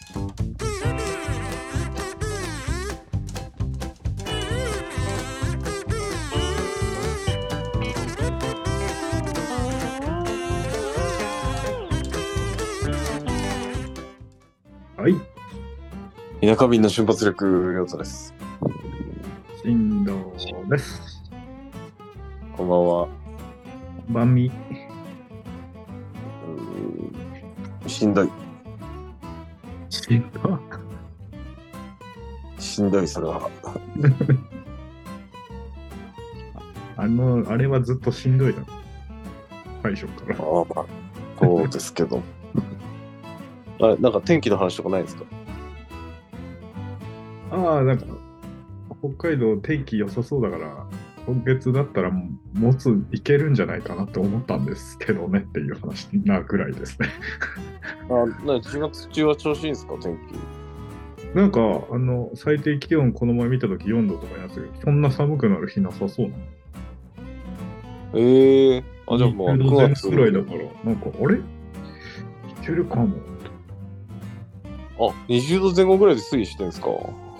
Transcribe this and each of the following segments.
はい。 田舎民の瞬発力、りょうたです。 振動です。 こんばんは。 晩味。 しんどい。 しんどい。 しんどい、それは。 あれはずっとしんどいな。最初から。 そうですけど。なんか天気の話とかないですか？ なんか、北海道天気良さそうだから、今月だったらいけるんじゃないかなって思ったんですけどねっていう話なぐらいですね。 4月中は調子いいんですか、天気？ なんか、最低気温この前見たとき4度とかやつよ。そんな寒くなる日なさそうなの。 じゃあもう 20度 9 前月ぐらいだから、なんか、あれいけるかも。 20度前後ぐらいで推移してるんですか？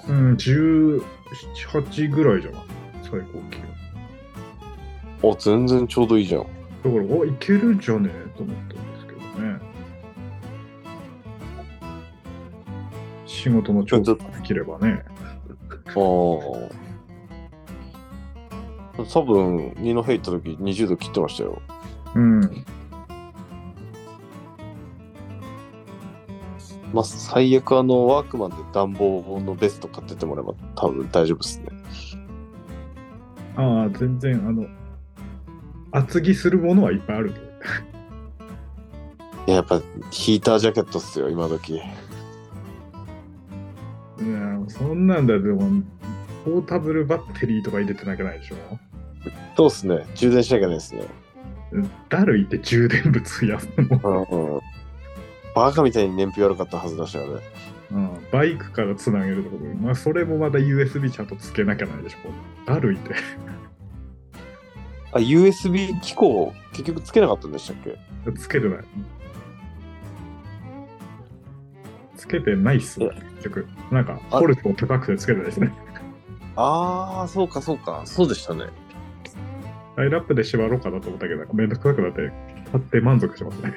17、8ぐらいじゃない最高気温。 全然ちょうどいいじゃん。 だから、いけるんじゃねえと思ったんですけどね。仕事の調整できればね。 多分、二戸行った時20度切ってましたよ。最悪ワークマンで暖房のベスト買っててもらえば多分大丈夫ですね。 全然、厚着するものはいっぱいある。 やっぱヒータージャケットっすよ、今時。 そんなんだ、でも、ポータブルバッテリーとか入れてなきゃないでしょ。 そうっすね、充電しなきゃないですね。 だるいって充電物やすの。 バカみたいに燃費悪かったはずだし、あれ。 バイクからつなげるところ、それもまだ USB ちゃんとつけなきゃないでしょ。だるいって。 USB 機構、結局つけなかったんでしたっけ？ つけてない。つけてないっすね、結局。なんか、ホルト高くてつけてないですね。 そうか。そうでしたね。 ラップで縛ろうかなと思ったけど、めんどくさくなって、買って満足しますね。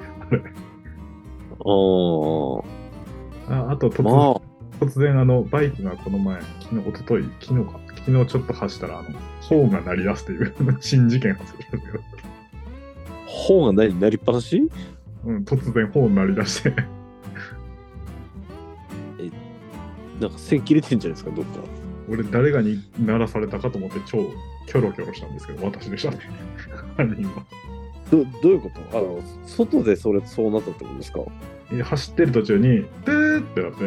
あと突然、バイクがこの前、昨日ちょっと走ったら、ホーンが鳴り出すという新事件発生したんですけど。 ホーンが鳴りっぱなし？ 突然ホーン鳴り出して。 なんか線切れてんじゃないですか、どっか。 俺、誰がに鳴らされたかと思って超キョロキョロしたんですけど、私でしたね。犯人は。 どういうこと？外でそうなったってことですか？ 走ってる途中に、てーってなって、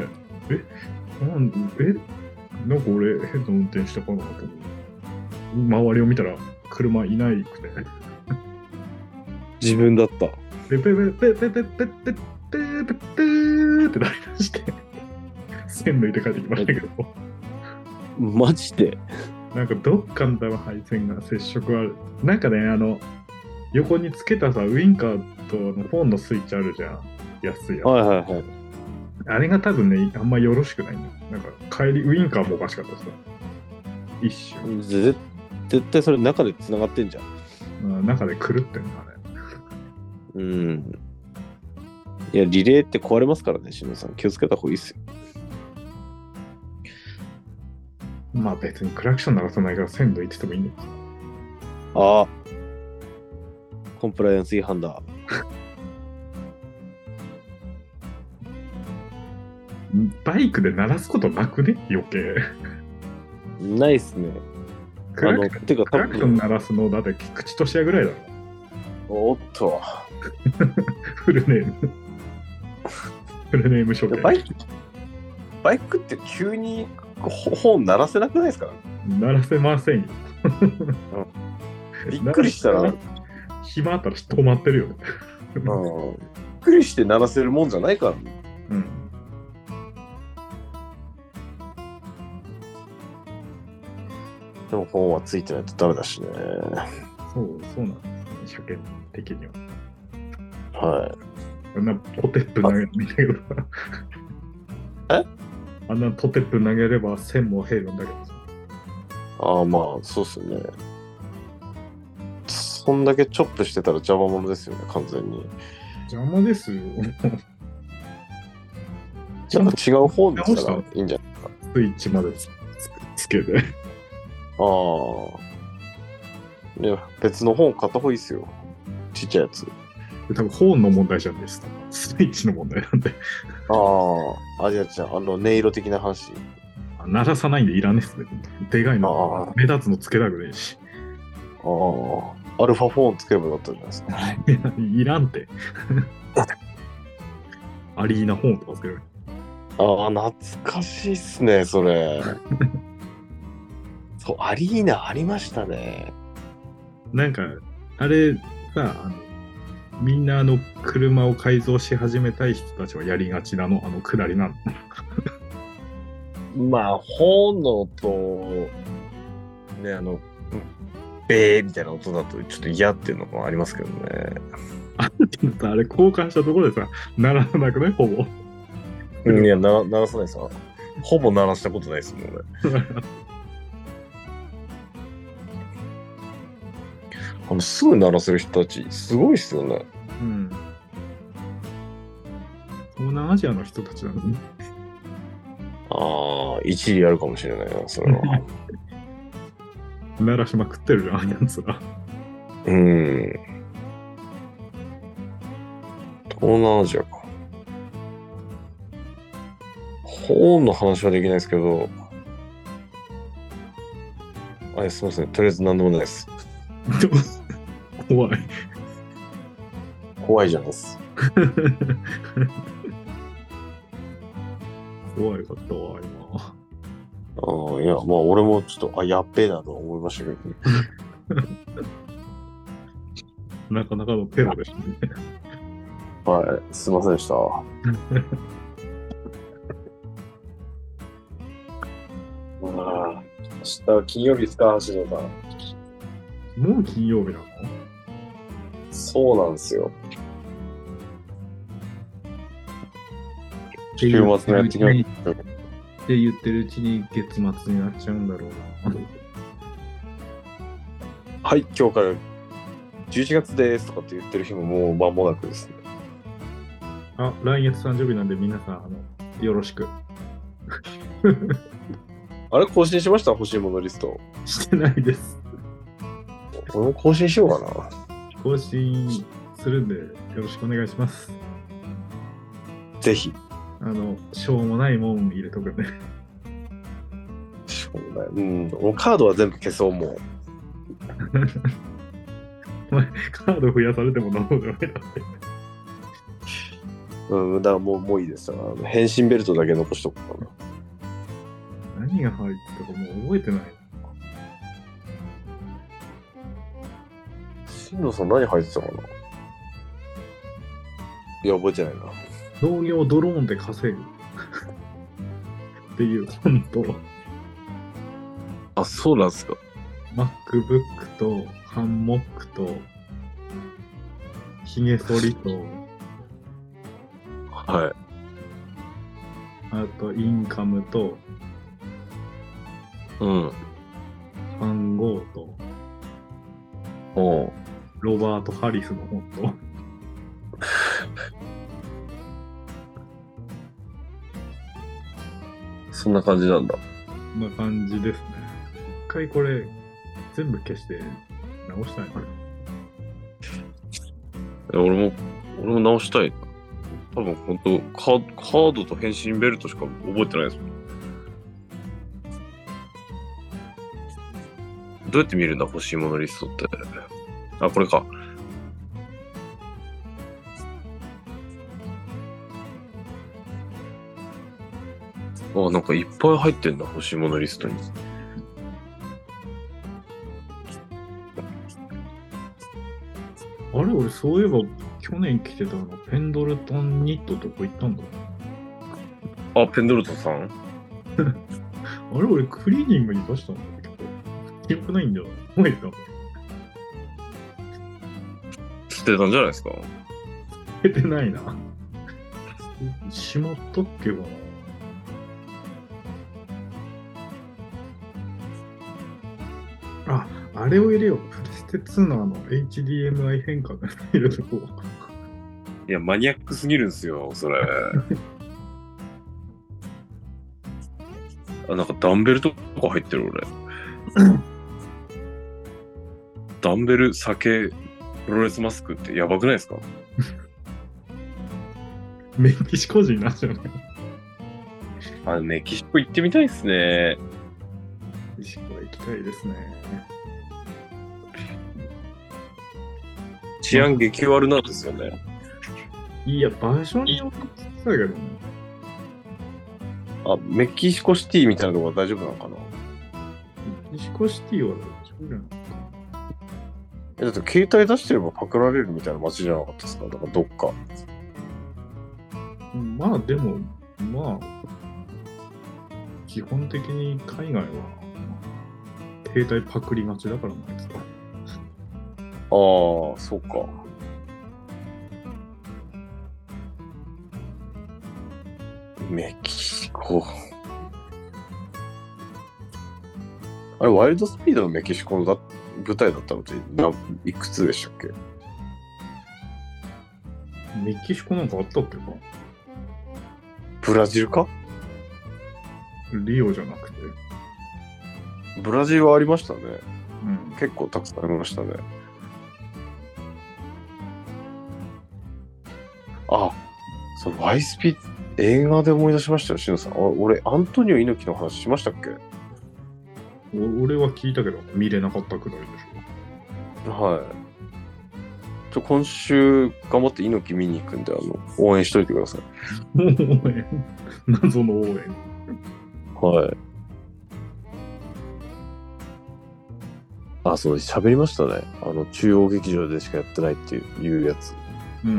なんか俺変な運転したかなと思って周りを見たら車いないくて自分だった。 ペペペペペペペペペペペってなりまして線抜いて帰ってきましたけどマジでなんかどっかの多分配線が接触ある。なんかね、横につけたさ、ウインカーとフォンのスイッチあるじゃん。安いやつ。 はい。 あれが多分ね、あんまよろしくないんだ。なんか帰り、ウインカーもおかしかったですね。一瞬。 絶対それ中で繋がってんじゃん。 中で狂ってんだね。いや、リレーって壊れますからね、しのさん。気をつけた方がいいっすよ。 まあ別にクラクション鳴らさないから線路行っててもいいんですよ。コンプライアンス違反だ。 バイクで鳴らすことなくね余計。 ないっすね。 クラクション鳴らすのだって口としやぐらいだろ。 おっと。 フルネーム処刑。 バイクって急にホーン鳴らせなくないですか？ 鳴らせませんよ。 びっくりしたら。 暇あったら止まってるよね。 びっくりして鳴らせるもんじゃないからね。でもホーンはついてないとダメだしね。 そうなんです。車検的には。 はい。 ポテップ投げてみたけど。 えあんなトテップ投げれば線も減るんだけどさ。 ああ、まあ、そうっすよね。そんだけチョップしてたら邪魔者ですよね、完全に。 邪魔ですよ。 なんか違う方にしたらいいんじゃないですか。 スイッチまでつけて。 ああ。で、別の本買った方がいいっすよ。ちっちゃいやつ。 多分本の問題じゃないです。スイッチの問題なんで。 ああ、じゃあ、音色的な話。 鳴らさないんでいらねえっすね。でかいの。目立つのつけたくねえし。 ああ、アルファ4つければよかったじゃないですか。 いらんって。アリーナ本とかつける。 ああ、懐かしいっすね、それ。そう、アリーナありましたね。 なんか、あれさ、みんな車を改造し始めたい人たちはやりがちなの、下りなの。 まあ、本のと、ね、ベーみたいな音だとちょっと嫌っていうのもありますけどね。 あれ交換したところでさ、鳴らさなくないほぼ。 いや、鳴らさないさ。ほぼ鳴らしたことないですもん、俺。すぐ鳴らせる人たち、すごいっすよね。 うん。東南アジアの人たちなのね。 ああ、一理あるかもしれないな、それは。 鳴らしまくってるじゃん、あんやつら。 東南アジアか。本の話はできないですけど、すみません。とりあえず何でもないです。 怖い。 怖いじゃないです。 怖いかったわ、今。 いや、まあ俺もちょっと、やっべえなと思いましたけど。 なかなかのテロでしたね。 はい、すいませんでした。明日金曜日ですか、橋野さん。 もう金曜日なの？ そうなんですよ。週末のやってきました。 って言ってるうちに月末になっちゃうんだろうな。 はい、今日から11月ですとかって言ってる日ももう間もなくですね。 来月誕生日なんで皆さん、よろしく。 あれ更新しました？欲しいものリスト。 してないです。 俺も更新しようかな。 更新するんで、よろしくお願いします。 ぜひ。 しょうもないもん入れとくね。 しょうもない。もうカードは全部消そう、もう。 お前、カード増やされてもなのではないだって。 だからもういいです。変身ベルトだけ残しとこうかな。 何が入ってたかもう覚えてない。 新藤さん何入ってたかな。いや、覚えてないな。 農業ドローンで稼ぐっていう本と、 そうなんですか。 MacBook とハンモックとヒゲ剃りと、 はい。 あとインカムと番号とロバート・ハリスの本とそんな感じなんだ。 こんな感じですね。一回これ全部消して直したいな。 俺も直したい。多分本当カードと変身ベルトしか覚えてないですもん。どうやって見るんだ、欲しいものリストって。これか。なんかいっぱい入ってんだ、欲しいものリストに。 あれ、俺そういえば去年来てたペンドルトンニットどこ行ったんだ。 ペンドルトンさんあれ、俺クリーニングに出したんだけど、記憶ないんだよ。覚えた。 捨てたんじゃないですか。 捨ててないな。しまったっけかな。 あれを入れよう。プレステ2のHDMI 変換が入るとこ。 いや、マニアックすぎるんですよ、それ。なんかダンベルとか入ってる、俺。ダンベル、酒、プロレスマスクってやばくないですか？ メキシコ人なんじゃない？ メキシコ行ってみたいですね。 メキシコは行きたいですね。 治安激悪なんですよね。 いや、場所によってだけどね。 メキシコシティみたいなところは大丈夫なのかな？ メキシコシティは大丈夫じゃない？ だって携帯出してればパクられるみたいな街じゃなかったですか？だからどっか。 まあでも、まあ、基本的に海外は携帯パクリがちだからなんですか。 そうか。メキシコ。あれ、ワイルドスピードのメキシコの舞台だったのっていくつでしたっけ？ メキシコなんかあったっけか？ ブラジルか？ リオじゃなくて。 ブラジルはありましたね。 うん。 結構たくさんありましたね。そう、ワイスピ映画で思い出しましたよ、しのさん。俺、アントニオ猪木の話しましたっけ？ 俺は聞いたけど、見れなかったくらいでしょ。 はい。今週頑張って猪木見に行くんで、応援しといてください。 応援。謎の応援。 はい。そう、喋りましたね。中央劇場でしかやってないっていうやつ。 うん。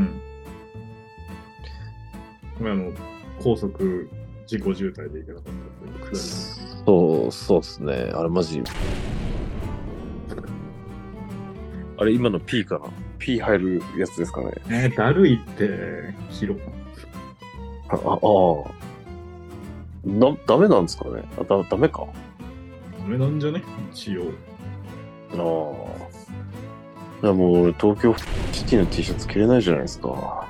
高速事故渋滞で行けなかったっていうくだり。 そうっすね。あれマジ。あれ今の P かな？ P 入るやつですかね。 だるいって、広ダメなんですかね？ダメか。 ダメなんじゃね？一応。 いやもう俺東京シティの T シャツ着れないじゃないですか。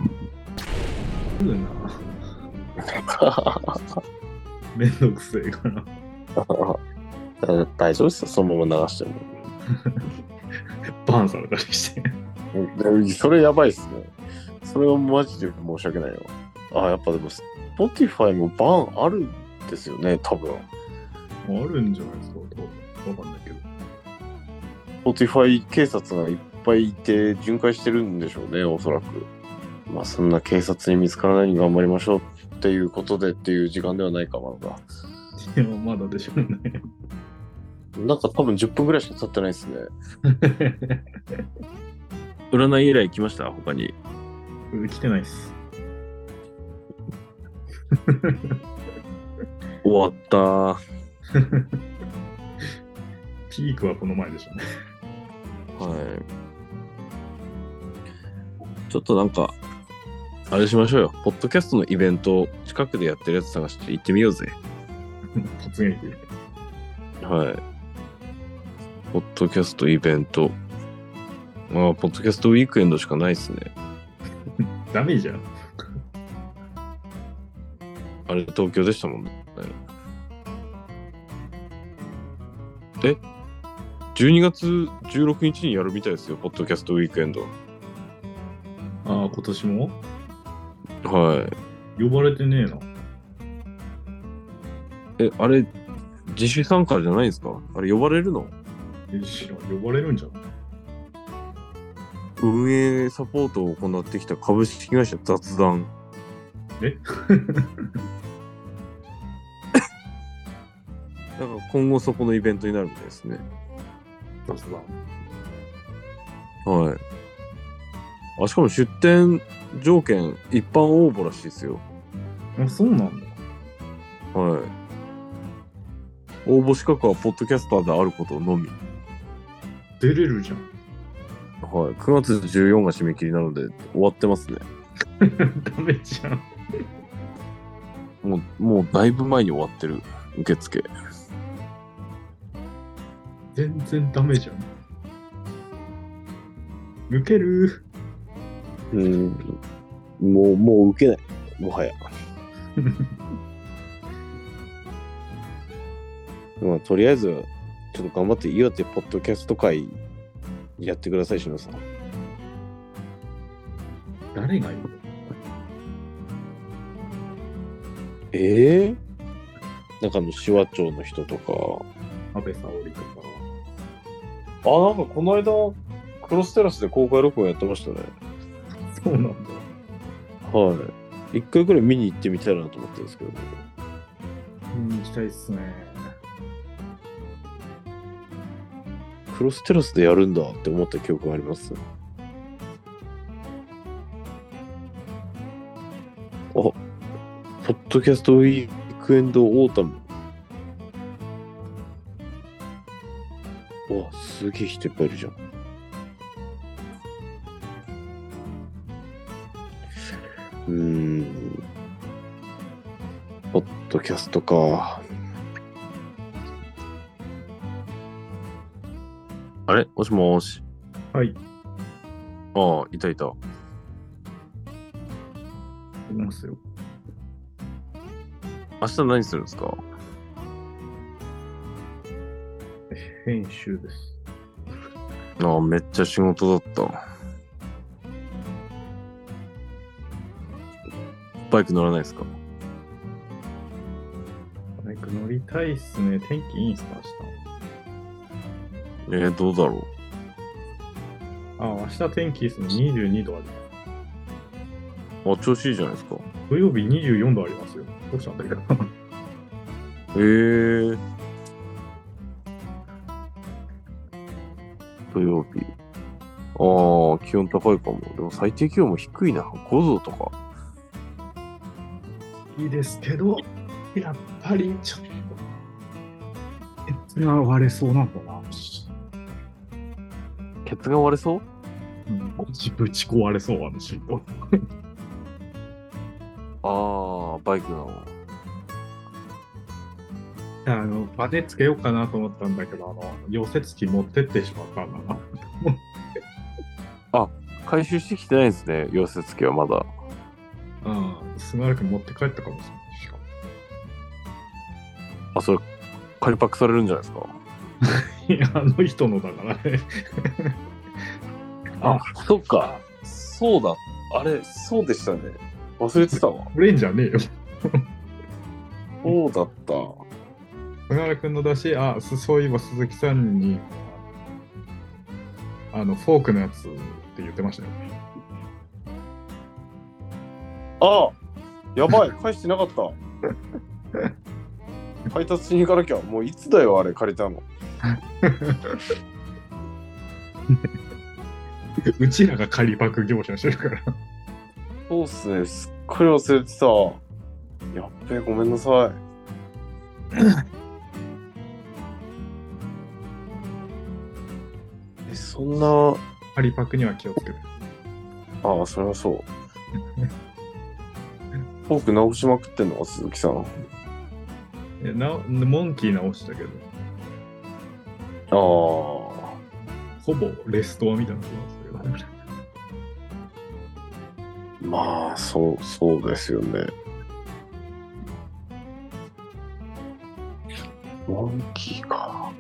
めんどくせえから。 大丈夫ですよ、そのまま流しても。 バーンされたりして。 それやばいっすね。それはマジで申し訳ないよ。やっぱでも、Spotify もバーンあるんですよね、多分。 あるんじゃないですか、わかんないけど。 Spotify 警察がいっぱいいて巡回してるんでしょうね、おそらく。まあそんな警察に見つからないように頑張りましょうっていうことでっていう時間ではないか、まだ。 いや、まだでしょうね。 なんか多分10分ぐらいしか経ってないですね。占い以来来ました？他に。 来てないっす。 終わったー。 ピークはこの前でしょうね。 はい。ちょっとなんか、あれしましょうよ。ポッドキャストのイベント、近くでやってるやつ探して行ってみようぜ。 突撃。 はい。ポッドキャストイベント。ポッドキャストウィークエンドしかないっすね。 ダメじゃん。 あれ、東京でしたもんね。12月16日にやるみたいですよ、ポッドキャストウィークエンド。 今年も？ はい。 呼ばれてねえな。 あれ、自主参加じゃないんですか？あれ、呼ばれるの？ 知らん、呼ばれるんじゃん。 運営サポートを行ってきた株式会社雑談。だから今後そこのイベントになるみたいですね。 雑談。 はい。しかも出店条件一般応募らしいですよ。 そうなんだ。 はい。応募資格はポッドキャスターであることのみ。 出れるじゃん。 はい。9月14が締め切りなので終わってますね。 ダメじゃん。 もうだいぶ前に終わってる受付。 全然ダメじゃん。 受ける。 もう受けない。もはや。まあ、とりあえず、ちょっと頑張って岩手ポッドキャスト会やってください、しのさん。 誰がいる？ なんか紫波町の人とか。 安倍沙織とか。 なんかこの間、クロステラスで公開録音やってましたね。 そうなんだ。 はい。一回くらい見に行ってみたいなと思ってるんですけど。 見に行きたいっすね。 クロステラスでやるんだって思った記憶があります。ポッドキャストウィークエンドオータム。すげえ人いっぱいいるじゃん。ポッドキャストか。あれ？もしもし。 はい。いいた。いますよ。 明日何するんですか？ 編集です。 めっちゃ仕事だった。バイク乗らないですか？ バイク乗りたいっすね。天気いいんすか、明日。 どうだろう。明日天気いいっすね。22度あります。調子いいじゃないですか。 土曜日24度ありますよ。どうしたんだけど。 土曜日。気温高いかも。でも最低気温も低いな。5度とか。 いいですけど、やっぱりちょっと、ケツが割れそうなんだな。 ケツが割れそう？ ぶち壊れそう、シート。 バイクの。 バネつけようかなと思ったんだけど、溶接機持ってってしまったんだな。 回収してきてないんですね、溶接機はまだ。 すまなく持って帰ったかもしれないし。 それ、仮パクされるんじゃないですか。 いや、あの人のだからね。 そっか。そうだ。あれ、そうでしたね。忘れてたわ。 俺んじゃねえよ。 そうだった。 菅原君のだし、そういえば鈴木さんに、フォークのやつって言ってましたよね。 やばい、返してなかった。配達しに行かなきゃ。もういつだよ、あれ借りたの。 うちらが仮パク業者してるから。 そうっすね、すっかり忘れてた。やっべえ、ごめんなさい。そんな。 仮パクには気をつけて。 それはそう。フォーク直しまくってんの鈴木さん。 モンキー直したけど。ほぼレストアみたいなことなんですけど。 まあ、そうですよね。モンキーか。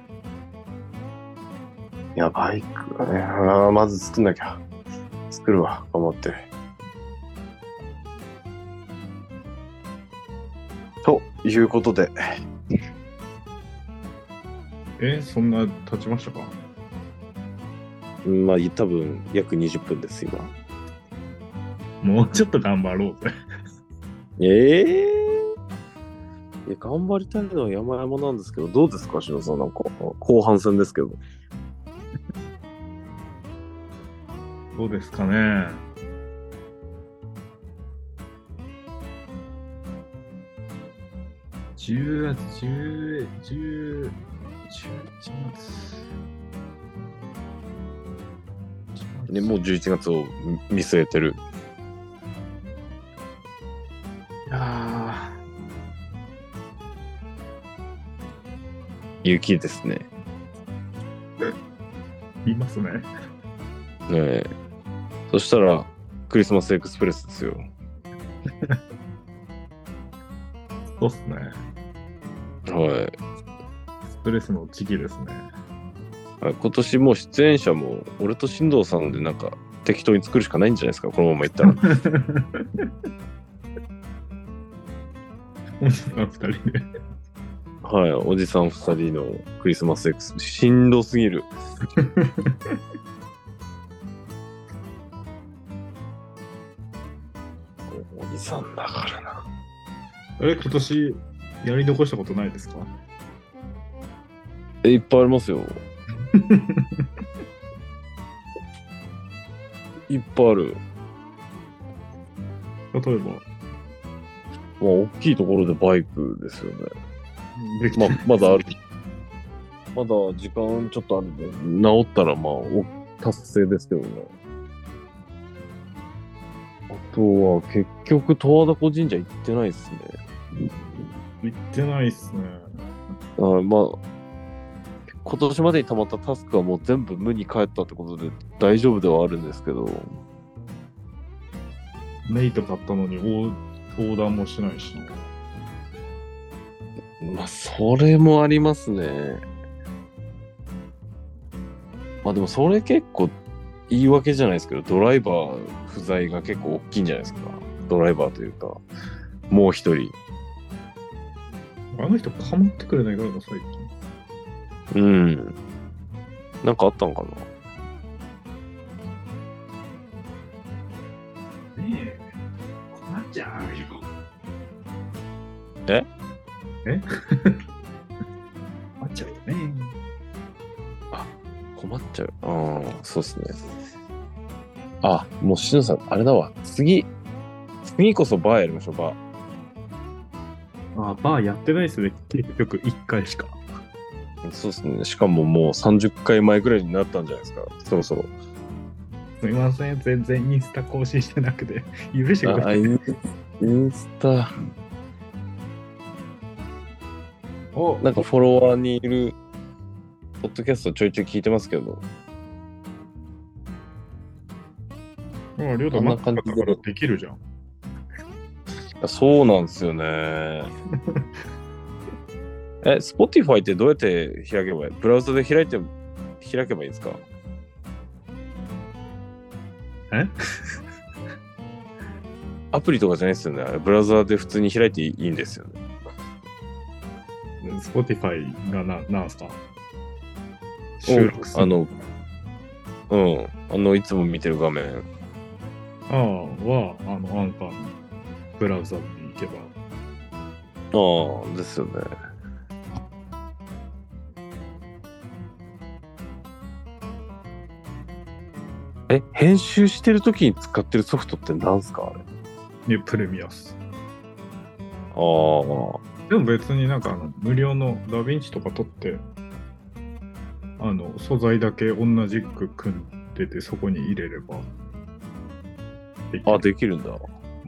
いや、バイクね。まず作んなきゃ。作るわ、頑張って。ということで。 そんな経ちましたか？ まあ、多分約20分です、今。 もうちょっと頑張ろうぜ。 いや、頑張りたいのは山々なんですけど、どうですか、しのさん、なんか、後半戦ですけど。 どうですかね。11月。 もう11月を見据えてる。雪ですね。 いますね。 え。そしたら、クリスマスエクスプレスですよ。 そうっすね。 はい。 ストレスの時期ですね。 今年もう出演者も、俺と進藤さんでなんか適当に作るしかないんじゃないですか、このままいったら。 おじさん2人で。 はい、おじさん2人のクリスマスエクス、しんどすぎる。おじさんだからな。 今年やり残したことないですか？ いっぱいありますよ。いっぱいある。 例えば。 大きいところでバイクですよね。 できてまだある。まだ時間ちょっとあるんで、治ったら達成ですけどね。あとは結局十和田湖神社行ってないっすね。 行ってないっすね。 今年までに溜まったタスクはもう全部無に帰ったってことで大丈夫ではあるんですけど。 メイト買ったのに横断もしないしな。 それもありますね。でもそれ結構言い訳じゃないですけど、ドライバー不在が結構大きいんじゃないですか。ドライバーというか、もう一人。 あの人構ってくれないからな、最近。 うん。なんかあったのかな。 ねえ、困っちゃうよ。 え困っちゃうよね。 困っちゃう。そうっすね。もうしのさん、あれだわ。次こそバーやりましょう、バー。バーやってないっすね。結局1回しか。 そうっすね。しかももう30回前ぐらいになったんじゃないですか。そろそろ。 すみません。全然インスタ更新してなくて。許してください。 インスタ。なんかフォロワーにいるポッドキャストちょいちょい聞いてますけど。 りょうたマックだからできるじゃん。 そうなんですよね。Spotify ってどうやって開けばいい？ブラウザで開けばいいんですか？アプリとかじゃないですよね。ブラウザで普通に開いていいんですよね。 Spotify がなんすか？収録するいつも見てる画面。 アンカーのブラウザに行けば。 ですよね。編集してるときに使ってるソフトって何すかあれ？ プレミアス。 でも別になんか無料のダヴィンチとか取って素材だけ同じく組んでてそこに入れればできるんだ。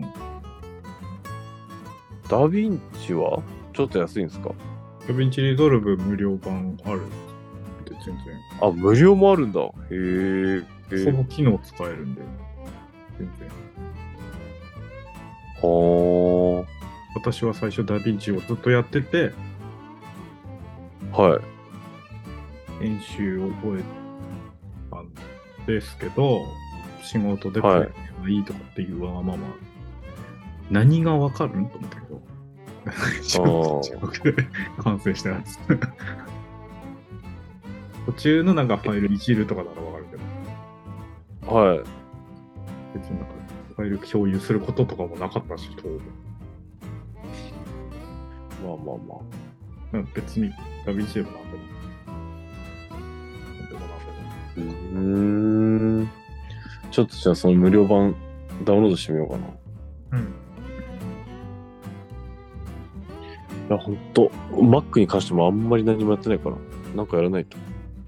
ダヴィンチはちょっと安いんですか？ ダヴィンチリゾルブ無料版あるって全然。 無料もあるんだ。へえ。 その機能使えるんで全然。私は最初ダヴィンチをずっとやってて、 はい。 編集を覚えたんですけど、仕事でプレミアがいいとかっていうわがまま、何がわかるんと思ったけど、中国で完成したやつ。途中のなんかファイルいじるとかならわかるけど、 はい。 別になんかファイル共有することとかもなかったし、当然。別にダヴィンチでもなんでも。 ちょっとじゃあその無料版ダウンロードしてみようかな。いや、ほんと、Mac に関してもあんまり何もやってないから、なんかやらないと。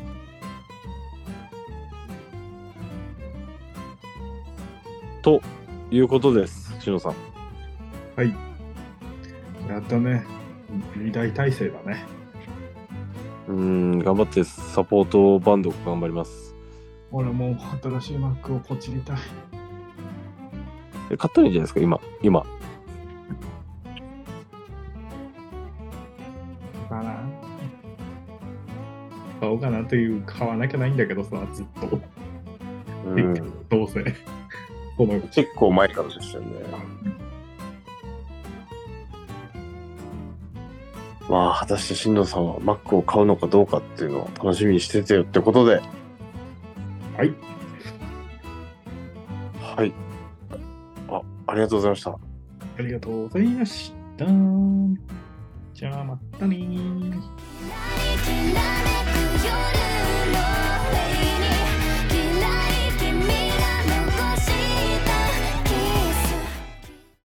ということです、しのさん。 はい。やったね。2大体制だね。 頑張ってサポートバンド頑張ります。 俺もう新しい Mac をポチりたい。 買ったらいいんじゃないですか、今。 かな。買おうかなという、買わなきゃないんだけどさ、ずっと。どうせ。この結構前からですよね。まあ、果たして進藤さんは Mac を買うのかどうかっていうのを楽しみにしててよってことで。 はい。 はい。ありがとうございました。 ありがとうございました。じゃあまたねー。